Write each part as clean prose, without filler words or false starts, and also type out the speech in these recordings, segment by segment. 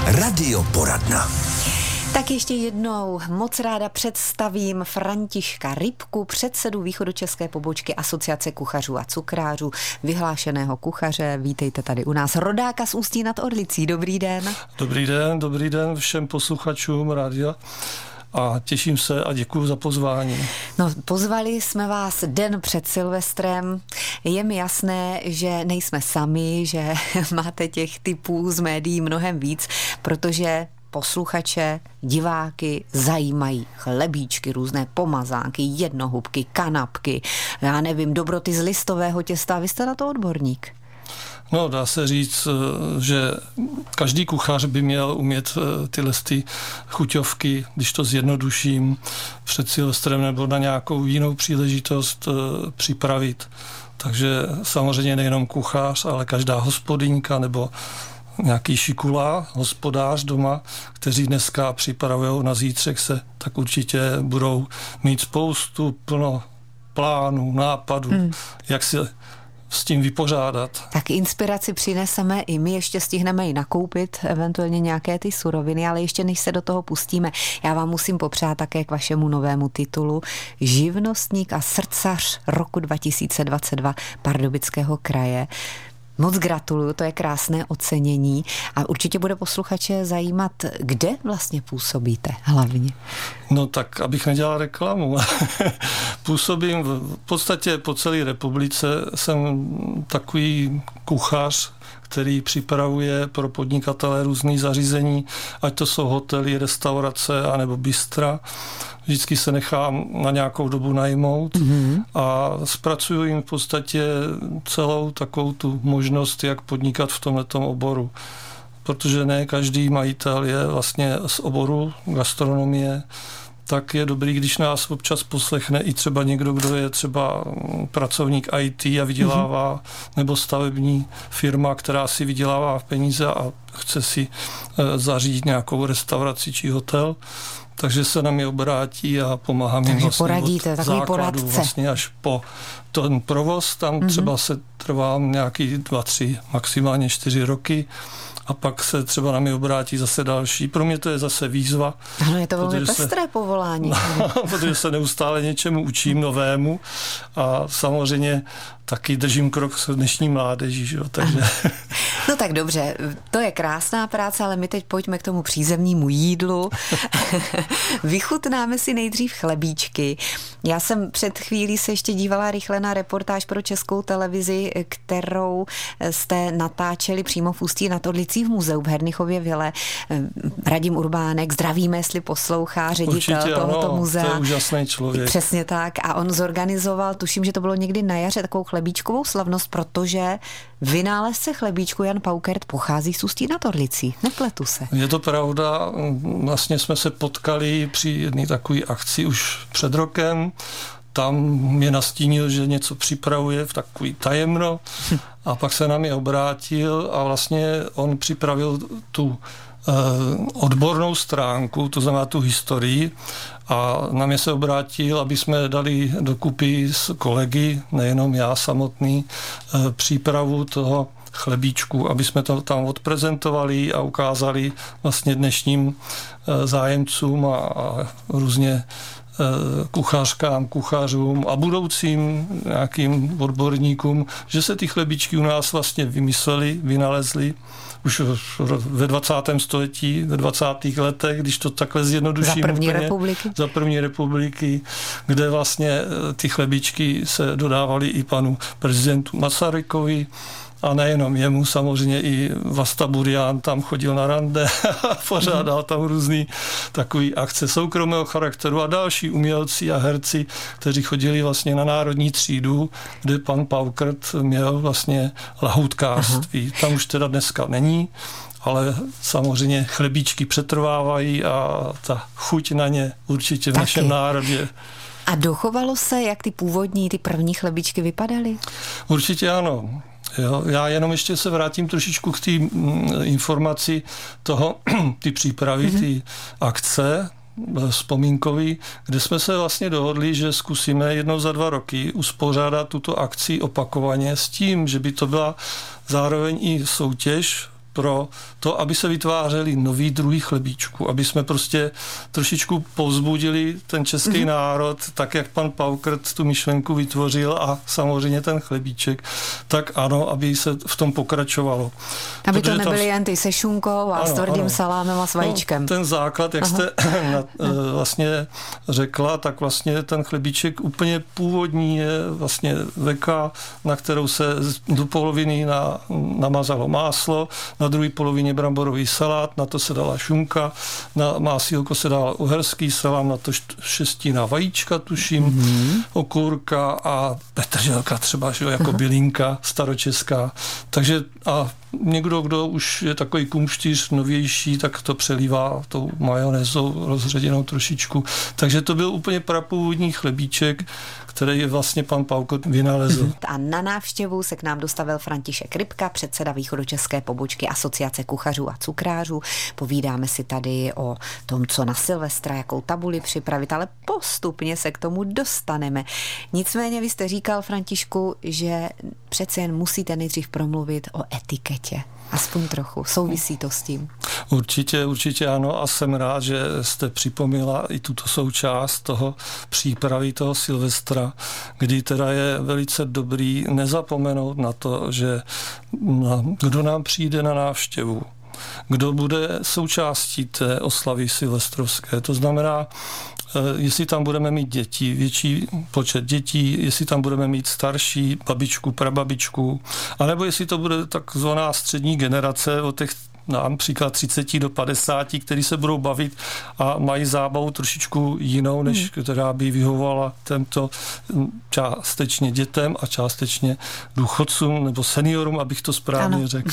Radioporadna. Tak ještě jednou moc ráda představím Františka Rybku, předsedu východočeské pobočky Asociace kuchařů a cukrářů, vyhlášeného kuchaře. Vítejte tady u nás, rodáka z Ústí nad Orlicí. Dobrý den. Dobrý den všem posluchačům rádia. A těším se a děkuju za pozvání. No, pozvali jsme vás den před Silvestrem. Je mi jasné, že nejsme sami, že máte těch typů z médií mnohem víc, protože posluchače, diváky zajímají chlebíčky, různé pomazánky, jednohubky, kanapky, já nevím, dobroty z listového těsta. Vy jste na to odborník. No, dá se říct, že každý kuchař by měl umět tyhle chuťovky, když to zjednoduším, před Silvestrem nebo na nějakou jinou příležitost připravit. Takže samozřejmě nejenom kuchař, ale každá hospodyňka nebo nějaký šikulá, hospodář doma, kteří dneska připravují na zítřek se, tak určitě budou mít spoustu plno plánů, nápadů, jak si s tím vypořádat. Tak inspiraci přineseme i my, ještě stihneme i nakoupit eventuálně nějaké ty suroviny, ale ještě než se do toho pustíme, já vám musím popřát také k vašemu novému titulu Živnostník a srdcař roku 2022 Pardubického kraje. Moc gratuluju, to je krásné ocenění a určitě bude posluchače zajímat, kde vlastně působíte hlavně. No tak, abych nedělal reklamu. Působím v podstatě po celé republice, jsem takový kuchař, který připravuje pro podnikatele různý zařízení, ať to jsou hotely, restaurace anebo bystra. Vždycky se nechám na nějakou dobu najmout a zpracuju jim v podstatě celou takovou tu možnost, jak podnikat v tomhletom oboru. Protože ne každý majitel je vlastně z oboru gastronomie, tak je dobrý, když nás občas poslechne i třeba někdo, kdo je třeba pracovník IT a vydělává, nebo stavební firma, která si vydělává peníze a chce si zařídit nějakou restauraci či hotel. Takže se na mě obrátí a pomáhám jim vlastně poradíte, od základu vlastně až po ten provoz. Tam třeba se trvám nějaký 2-3, maximálně 4 roky a pak se třeba na mě obrátí zase další. Pro mě to je zase výzva. Ano, je to velmi pestré povolání. Protože se neustále něčemu učím novému a samozřejmě taky držím krok s dnešní mládeží. Že? Takže... No tak dobře, to je krásná práce, ale my teď pojďme k tomu přízemnímu jídlu. Vychutnáme si nejdřív chlebíčky. Já jsem před chvílí se ještě dívala rychle na reportáž pro Českou televizi, kterou jste natáčeli přímo v Ústí nad Orlicí v muzeu v Hernichově vile. Radim Urbánek, zdravíme, jestli poslouchá, ředitel tohoto muzea. To je úžasný člověk. Přesně tak. A on zorganizoval, tuším, že to bylo někdy na jaře, takovou chlebíčkovou slavnost, protože vynálezce chlebíčku Jan Paukert pochází z Ústí nad Orlicí. Nepletu se. Je to pravda. Vlastně jsme se potkali při jedné takové akci už před rokem. Tam mě nastínil, že něco připravuje v takový tajemno a pak se na mě obrátil a vlastně on připravil tu odbornou stránku, to znamená tu historii a na mě se obrátil, aby jsme dali dokupy s kolegy, nejenom já samotný, přípravu toho chlebíčku, aby jsme to tam odprezentovali a ukázali vlastně dnešním zájemcům a různě kuchařkám, kuchařům a budoucím nějakým odborníkům, že se ty chlebíčky u nás vlastně vymysleli, vynalezli už ve 20. století, ve 20. letech, když to takhle zjednoduším. Za první republiky, kde vlastně ty chlebíčky se dodávaly i panu prezidentu Masarykovi, a nejenom jemu, samozřejmě i Vlasta Burian tam chodil na rande a pořádal tam různý takový akce soukromého charakteru a další umělci a herci, kteří chodili vlastně na národní třídu, kde pan Paukert měl vlastně lahůdkářství. Tam už teda dneska není, ale samozřejmě chlebíčky přetrvávají a ta chuť na ně určitě v našem národě. A dochovalo se, jak ty původní, ty první chlebíčky vypadaly? Určitě ano. Jo, já jenom ještě se vrátím trošičku k té informaci toho, ty přípravy, ty akce vzpomínkový, kde jsme se vlastně dohodli, že zkusíme jednou za 2 roky uspořádat tuto akci opakovaně s tím, že by to byla zároveň i soutěž pro to, aby se vytvářely nový druhy chlebíčku, aby jsme prostě trošičku povzbudili ten český národ, tak jak pan Paukert tu myšlenku vytvořil a samozřejmě ten chlebíček, tak ano, aby se v tom pokračovalo. Aby to nebyly jen ty se šunkou a s tvrdým salámem a s vajíčkem. No, ten základ, jak jste vlastně řekla, tak vlastně ten chlebíček úplně původní je vlastně veka, na kterou se do poloviny namazalo máslo, na druhé polovině bramborový salát, na to se dala šunka, na másílko se dal uherský salám, na to šestina vajíčka, tuším, okurka a petrželka třeba, že, jako bylinka staročeská. Takže a někdo, kdo už je takový kumštíř novější, tak to přelívá tou majonézou rozředěnou trošičku. Takže to byl úplně prapůvodní chlebíček, který je vlastně pan Paukert vynalezl. A na návštěvu se k nám dostavil František Rybka, předseda východočeské pobočky Asociace kuchařů a cukrářů. Povídáme si tady o tom, co na Silvestra, jakou tabuli připravit, ale postupně se k tomu dostaneme. Nicméně vy jste říkal, Františku, že přece jen musíte nejdřív promluvit o etiketě. Aspoň trochu. Souvisí to s tím? Určitě ano a jsem rád, že jste připomněla i tuto součást toho přípravy toho Silvestra, kdy teda je velice dobrý nezapomenout na to, že kdo nám přijde na návštěvu, kdo bude součástí té oslavy silvestrovské. To znamená, jestli tam budeme mít děti, větší počet dětí, jestli tam budeme mít starší babičku, prababičku, anebo jestli to bude takzvaná střední generace od těch například 30 do 50, kteří se budou bavit a mají zábavu trošičku jinou, než která by vyhovovala těmto částečně dětem a částečně důchodcům nebo seniorům, abych to správně řekl.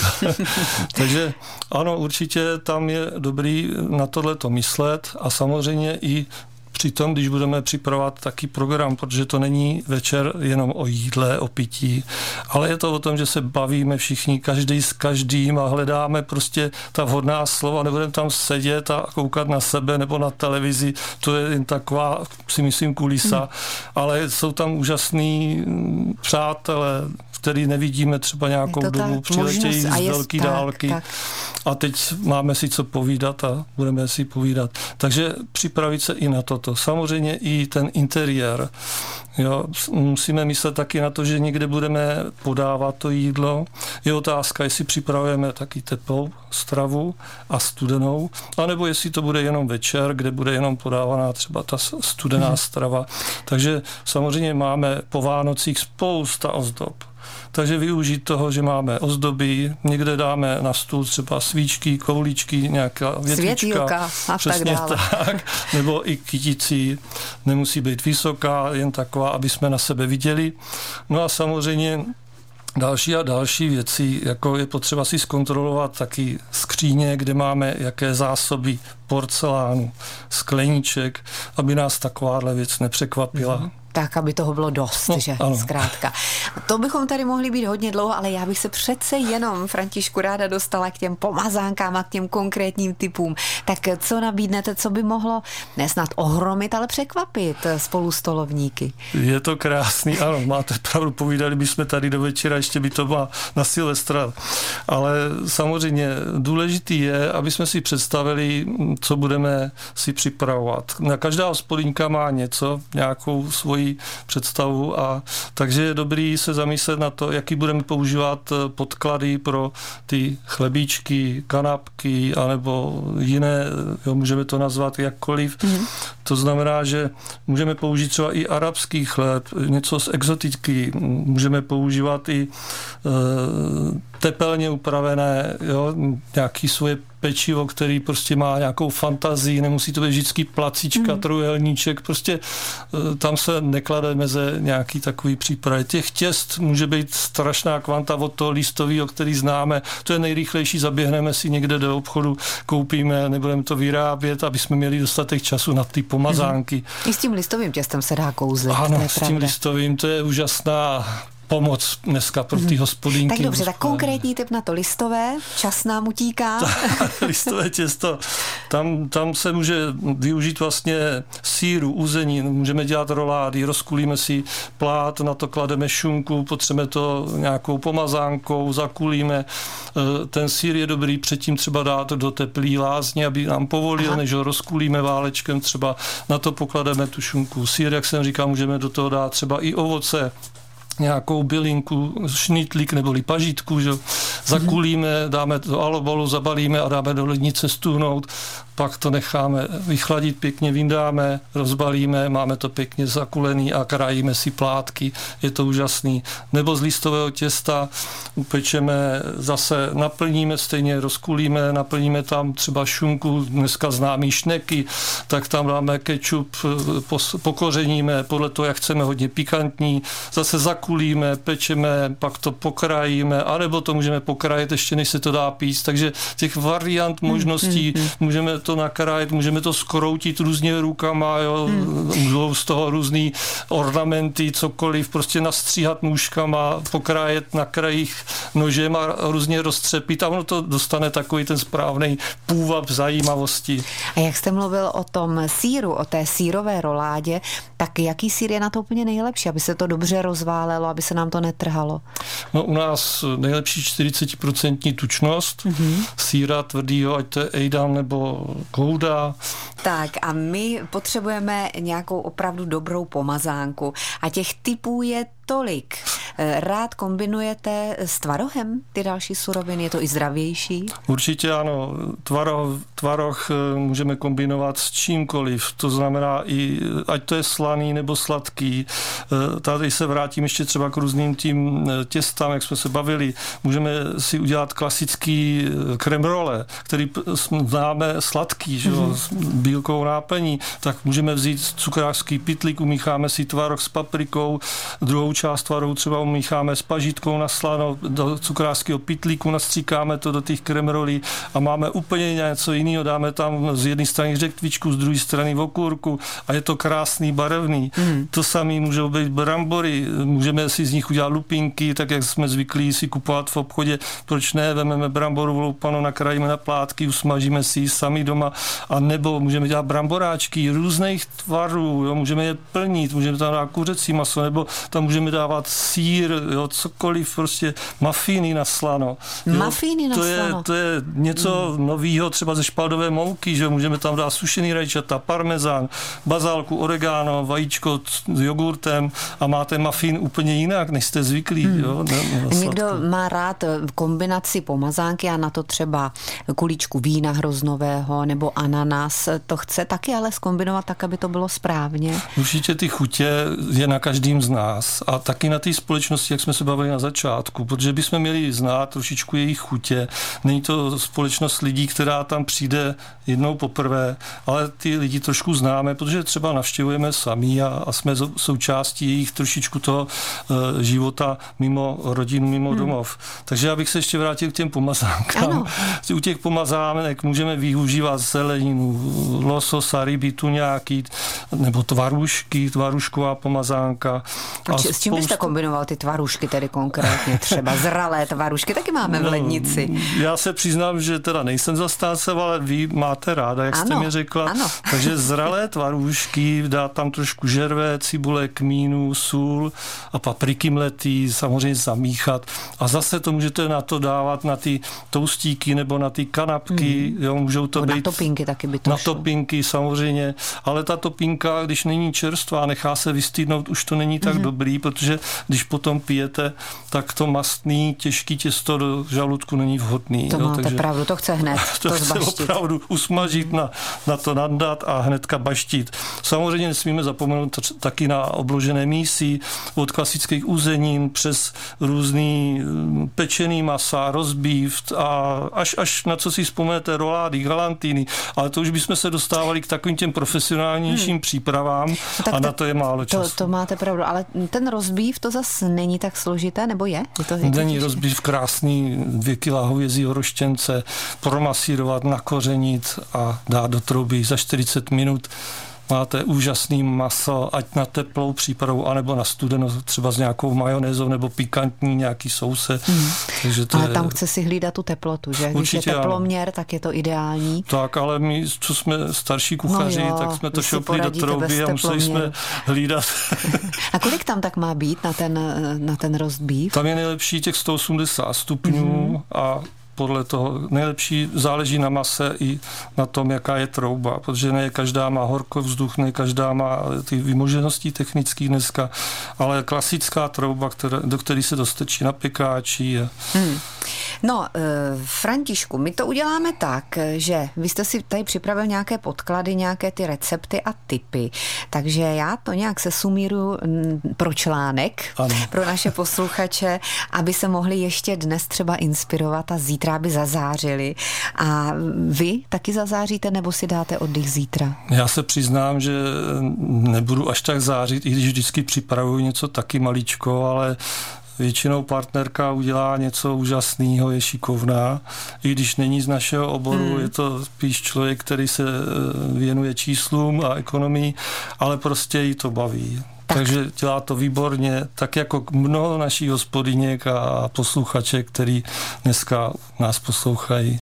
Takže ano, určitě tam je dobrý na tohleto myslet a samozřejmě i přitom, když budeme připravovat taky program, protože to není večer jenom o jídle, o pití, ale je to o tom, že se bavíme všichni, každý s každým a hledáme prostě ta vhodná slova, nebudeme tam sedět a koukat na sebe nebo na televizi, to je jen taková, si myslím, kulisa, ale jsou tam úžasný přátelé, který nevidíme třeba nějakou dobu, přiletějí z velké dálky a teď máme si co povídat a budeme si povídat. Takže připravit se i na toto. Samozřejmě i ten interiér. Jo, musíme myslet taky na to, že někde budeme podávat to jídlo. Je otázka, jestli připravujeme taky teplou stravu a studenou, anebo jestli to bude jenom večer, kde bude jenom podávaná třeba ta studená strava. Takže samozřejmě máme po Vánocích spousta ozdob. Takže využít toho, že máme ozdoby, někde dáme na stůl třeba svíčky, koulíčky, nějaká větvička. Světýlka a tak dále. Tak, nebo i kyticí, nemusí být vysoká, jen taková, aby jsme na sebe viděli. No a samozřejmě další a další věci, jako je potřeba si zkontrolovat taky skříně, kde máme jaké zásoby porcelánu, skleníček, aby nás takováhle věc nepřekvapila. Tak, aby toho bylo dost, že? Ano. Zkrátka. To bychom tady mohli být hodně dlouho, ale já bych se přece jenom, Františku, ráda dostala k těm pomazánkám a k těm konkrétním typům. Tak co nabídnete, co by mohlo nesnad ohromit, ale překvapit spolustolovníky? Je to krásný, ano, máte pravdu, povídali bychom tady do večera, ještě by to bylo na Silvestra. Ale samozřejmě důležitý je, aby jsme si představili, co budeme si připravovat. Každá hospodyňka má něco, nějakou svoji představu a takže je dobrý se zamyslet na to, jaký budeme používat podklady pro ty chlebíčky, kanapky anebo jiné, jo, můžeme to nazvat jakkoliv. To znamená, že můžeme použít třeba i arabský chléb, něco z exotiky, můžeme používat i tepelně upravené, jo, nějaký svoje pečivo, který prostě má nějakou fantazii, nemusí to být vždycky placíčka, trojuhelníček, prostě tam se neklade meze nějaký takový přípravy. Těch těst může být strašná kvanta od toho listového, který známe, to je nejrychlejší, zaběhneme si někde do obchodu, koupíme, nebudeme to vyrábět, aby jsme měli dostatek času na ty pomazánky. I s tím listovým těstem se dá kouzlit. Ano, s tím listovým, to je úžasná pomoc dneska pro ty hospodínky. Tak dobře, tak konkrétní tip na to listové, čas nám utíká. Listové těsto, Tam se může využít vlastně sýru, uzenin, můžeme dělat rolády, rozkulíme si plát, na to klademe šunku, potřebujeme to nějakou pomazánkou, zakulíme. Ten sýr je dobrý předtím třeba dát do teplý lázně, aby nám povolil, než ho rozkulíme válečkem, třeba na to poklademe tu šunku. Sýr, jak jsem říkal, můžeme do toho dát třeba i ovoce, nějakou bylinku, šnitlík neboli pažitku, že zakulíme, dáme do alobolu, zabalíme a dáme do lednice stůhnout, pak to necháme vychladit pěkně, vyndáme, rozbalíme, máme to pěkně zakulený a krajíme si plátky, je to úžasný. Nebo z listového těsta upečeme, zase naplníme, stejně rozkulíme, naplníme tam třeba šunku, dneska známý šneky, tak tam dáme kečup, pokořeníme, podle toho, jak chceme, hodně pikantní, zase zakulíme, pečeme, pak to pokrájíme, anebo to můžeme pokrájet ještě, než se to dá píct, takže těch variant možností můžeme to nakrájet, můžeme to skroutit různě rukama, jo, můžou z toho různý ornamenty, cokoliv, prostě nastříhat nůžkama, pokrájet na krajích nožem a různě roztřepit a ono to dostane takový ten správný půvab zajímavosti. A jak jste mluvil o tom sýru, o té sýrové roládě, tak jaký sýr je na to úplně nejlepší, aby se to dobře rozválelo, aby se nám to netrhalo? No u nás nejlepší 40% tučnost, sýra tvrdýho, ať to je Edam nebo Gouda. Tak a my potřebujeme nějakou opravdu dobrou pomazánku a těch typů je tolik. Rád kombinujete s tvarohem ty další suroviny? Je to i zdravější? Určitě ano. Tvaroh můžeme kombinovat s čímkoliv. To znamená i, ať to je slaný nebo sladký. Tady se vrátím ještě třeba k různým tím těstám, jak jsme se bavili. Můžeme si udělat klasický kremrole, který známe sladký, že jo, s bílkou náplní. Tak můžeme vzít cukrářský pytlík, umícháme si tvaroh s paprikou, druhou část tvarohu třeba umícháme s pažitkou na slano, do cukrářského pytlíku nastříkáme to do těch kremrolí a máme úplně něco jiného. Dáme tam z jedné strany řetkvičku, z druhé strany okurku a je to krásný, barevný. To samé můžou být brambory, můžeme si z nich udělat lupinky, tak jak jsme zvyklí si kupovat v obchodě. Proč ne? Vememe bramboru loupanou, nakrájíme na plátky, usmažíme si ji sami doma, a nebo můžeme dělat bramboráčky různých tvarů, jo? Můžeme je plnit, můžeme tam dát kuřecí maso, nebo tam můžeme dávat sýr, jo, cokoliv, prostě mafíny na slano. Mafíny na slano. To je něco novýho, třeba ze špaldové mouky, že můžeme tam dát sušený rajčata, parmezán, bazálku, oregano, vajíčko s jogurtem a máte mafín úplně jinak, než jste zvyklí. Jo, někdo má rád kombinaci pomazánky a na to třeba kuličku vína hroznového nebo ananas. To chce taky ale zkombinovat tak, aby to bylo správně. Určitě ty chutě je na každým z nás a taky na té společnosti, jak jsme se bavili na začátku, protože bychom měli znát trošičku jejich chutě. Není to společnost lidí, která tam přijde jednou poprvé, ale ty lidi trošku známe, protože třeba navštěvujeme sami a jsme součástí jejich trošičku toho života mimo rodinu, mimo domov. Takže já bych se ještě vrátil k těm pomazánkám. Ano. U těch pomazánek můžeme využívat zeleninu, lososa, ryby, tuňáky, nebo tvarušková pomazánka. S čím byste kombinoval ty tvarušky tedy konkrétně? Třeba zralé tvarušky taky máme v lednici. Já se přiznám, že teda nejsem zastáncem, ale vy máte ráda, jak jste mi řekla. Ano. Takže zralé tvarušky, dát tam trošku žerve, cibule, kmínu, sůl a papriky mletý, samozřejmě zamíchat. A zase to můžete na to dávat na ty toustíky nebo na ty kanapky. Jo, můžou to být na topinky taky by to na šlo. topinky samozřejmě, ale ta topinka, když není čerstvá, nechá se vystydnout, už to není tak dobrý, protože když potom pijete, tak to mastný, těžký těsto do žaludku není vhodný. To máte pravdu, to chce hned to chce opravdu usmažit, na to nadat a hnedka baštit. Samozřejmě nesmíme zapomenout taky na obložené mísy, od klasických uzenin přes různý pečený masa, rozbív a až na co si vzpomenete, rolády, galantiny, ale to už bychom se dostávali k takovým těm profesionálnějším přípravám a na to je málo času. To máte pravdu, ale ten rozbív to zase není tak složité, nebo je? Není rozbív krásný, 2 kg hovězího roštěnce, promasírovat, nakořenit a dát do trouby za 40 minut. máte úžasný maso, ať na teplou přípravu, anebo na studenou, třeba s nějakou majonézou nebo pikantní nějaký souse. Takže ale tam chce si hlídat tu teplotu, že? Když je teploměr, tak je to ideální. Tak, ale my, co jsme starší kuchaři, tak jsme to šoupli do trouby a museli jsme hlídat. A kolik tam tak má být na ten roast beef? Tam je nejlepší těch 180 stupňů a podle toho nejlepší záleží na mase i na tom, jaká je trouba, protože ne každá má horkovzduch, ne každá má ty vymoženosti technických dneska, ale klasická trouba, do které se dostačí na pekáči. No, Františku, my to uděláme tak, že vy jste si tady připravil nějaké podklady, nějaké ty recepty a tipy, takže já to nějak sesumíruju pro článek, pro naše posluchače, aby se mohli ještě dnes třeba inspirovat a zítra by zazářili. A vy taky zazáříte, nebo si dáte oddych zítra? Já se přiznám, že nebudu až tak zářit, i když vždycky připravuju něco taky maličko, ale většinou partnerka udělá něco úžasného, je šikovná. I když není z našeho oboru, je to spíš člověk, který se věnuje číslům a ekonomii, ale prostě jí to baví. Takže dělá to výborně, tak jako mnoho našich hospodyněk a posluchaček, který dneska nás poslouchají.